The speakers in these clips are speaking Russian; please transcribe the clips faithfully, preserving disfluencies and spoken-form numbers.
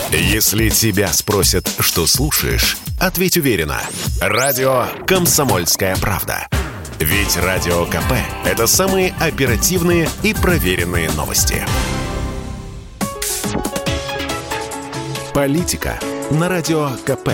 Если тебя спросят, что слушаешь, ответь уверенно. Радио «Комсомольская правда». Ведь Радио КП – это самые оперативные и проверенные новости. Политика на Радио КП.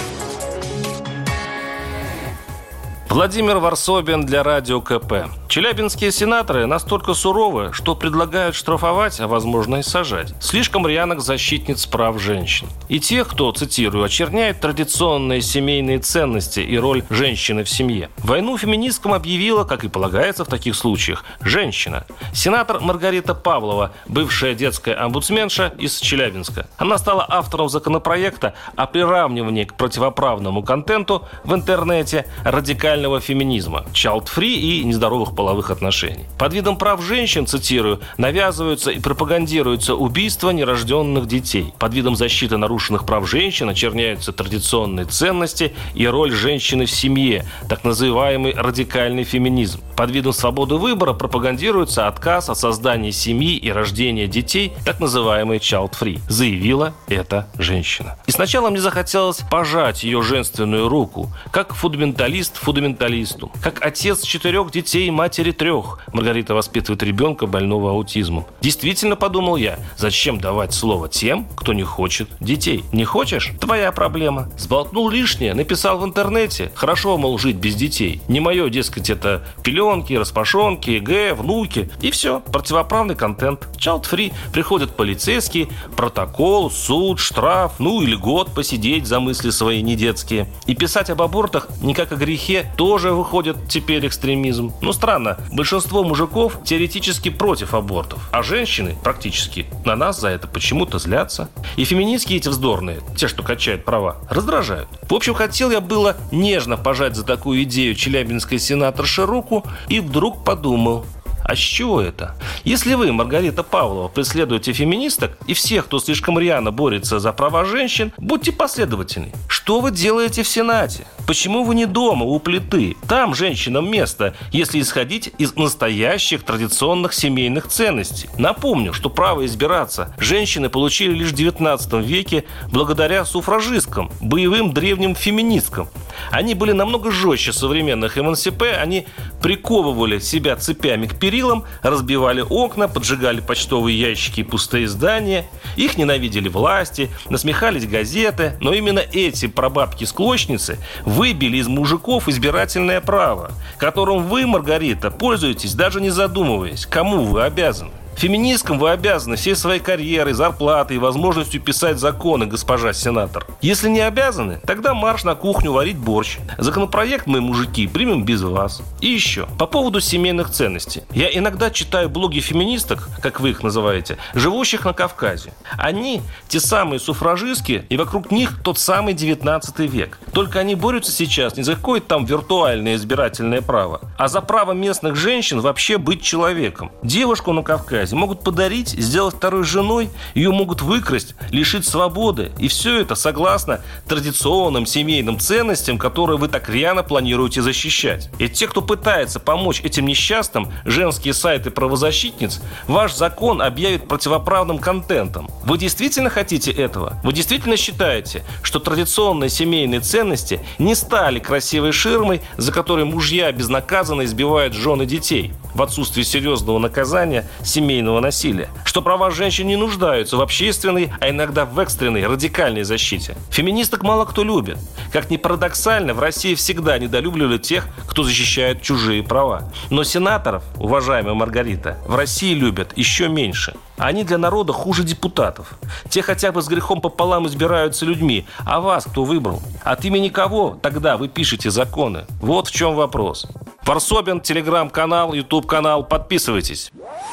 Владимир Варсобин для Радио КП. Челябинские сенаторы настолько суровы, что предлагают штрафовать, а возможно и сажать, слишком рьяных защитниц прав женщин. И тех, кто, цитирую, очерняет традиционные семейные ценности и роль женщины в семье. Войну феминисткам объявила, как и полагается в таких случаях, женщина. Сенатор Маргарита Павлова, бывшая детская омбудсменша из Челябинска. Она стала автором законопроекта о приравнивании к противоправному контенту в интернете радикального феминизма, child-free и нездоровых половых отношений. Под видом прав женщин, цитирую, навязываются и пропагандируются убийства нерожденных детей. Под видом защиты нарушенных прав женщин очерняются традиционные ценности и роль женщины в семье, так называемый радикальный феминизм. Под видом свободы выбора пропагандируется отказ от создания семьи и рождения детей, так называемый child-free, заявила эта женщина. И сначала мне захотелось пожать ее женственную руку, как фундаменталист фундаменталисту, как отец четырех детей, матери трех. Маргарита воспитывает ребенка, больного аутизмом. Действительно, подумал я, зачем давать слово тем, кто не хочет детей? Не хочешь? Твоя проблема. Сболтнул лишнее, написал в интернете. Хорошо, мол, жить без детей. Не мое, дескать, это пеленки, распашонки, г, внуки. И все. Противоправный контент. Child-free. Приходят полицейские, протокол, суд, штраф, ну или год посидеть за мысли свои недетские. И писать об абортах не как о грехе тоже выходит теперь экстремизм. Ну, странно. Большинство мужиков теоретически против абортов, а женщины практически на нас за это почему-то злятся. И феминистки эти вздорные, те, что качают права, раздражают. В общем, хотел я было нежно пожать за такую идею челябинской сенаторши руку и вдруг подумал: а с чего это? Если вы, Маргарита Павлова, преследуете феминисток и всех, кто слишком рьяно борется за права женщин, будьте последовательны. Что вы делаете в Сенате? Почему вы не дома, у плиты? Там женщинам место, если исходить из настоящих традиционных семейных ценностей. Напомню, что право избираться женщины получили лишь в девятнадцатом веке благодаря суфражисткам, боевым древним феминисткам. Они были намного жестче современных эмансипе, они приковывали себя цепями к перилам, разбивали окна, поджигали почтовые ящики и пустые здания. Их ненавидели власти, насмехались газеты, но именно эти прабабки-склочницы выбили из мужиков избирательное право, которым вы, Маргарита, пользуетесь, даже не задумываясь, кому вы обязаны. Феминисткам вы обязаны всей своей карьерой, зарплатой и возможностью писать законы, госпожа сенатор. Если не обязаны, тогда марш на кухню варить борщ. Законопроект мы, мужики, примем без вас. И еще, по поводу семейных ценностей. Я иногда читаю блоги феминисток, как вы их называете, живущих на Кавказе. Они те самые суфражистки, и вокруг них тот самый девятнадцатый век. Только они борются сейчас не за какое-то там виртуальное избирательное право, а за право местных женщин вообще быть человеком. Девушку на Кавказе могут подарить, сделать второй женой, ее могут выкрасть, лишить свободы. И все это согласно традиционным семейным ценностям, которые вы так рьяно планируете защищать. И те, кто пытается помочь этим несчастным, женские сайты правозащитниц, ваш закон объявит противоправным контентом. Вы действительно хотите этого? Вы действительно считаете, что традиционные семейные ценности не стали красивой ширмой, за которой мужья безнаказанно избивают жен и детей в отсутствии серьезного наказания семейного насилия, что права женщин не нуждаются в общественной, а иногда в экстренной, радикальной защите. Феминисток мало кто любит. Как ни парадоксально, в России всегда недолюбливали тех, кто защищает чужие права. Но сенаторов, уважаемая Маргарита, в России любят еще меньше. Они для народа хуже депутатов. Те хотя бы с грехом пополам избираются людьми. А вас кто выбрал? От имени кого тогда вы пишете законы? Вот в чем вопрос. Варсобин, телеграм-канал, ютуб-канал. Подписывайтесь.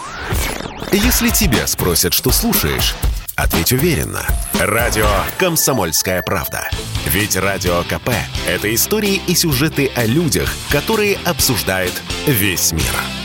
Если тебя спросят, что слушаешь, ответь уверенно. Радио «Комсомольская правда». Ведь Радио КП – это истории и сюжеты о людях, которые обсуждает весь мир.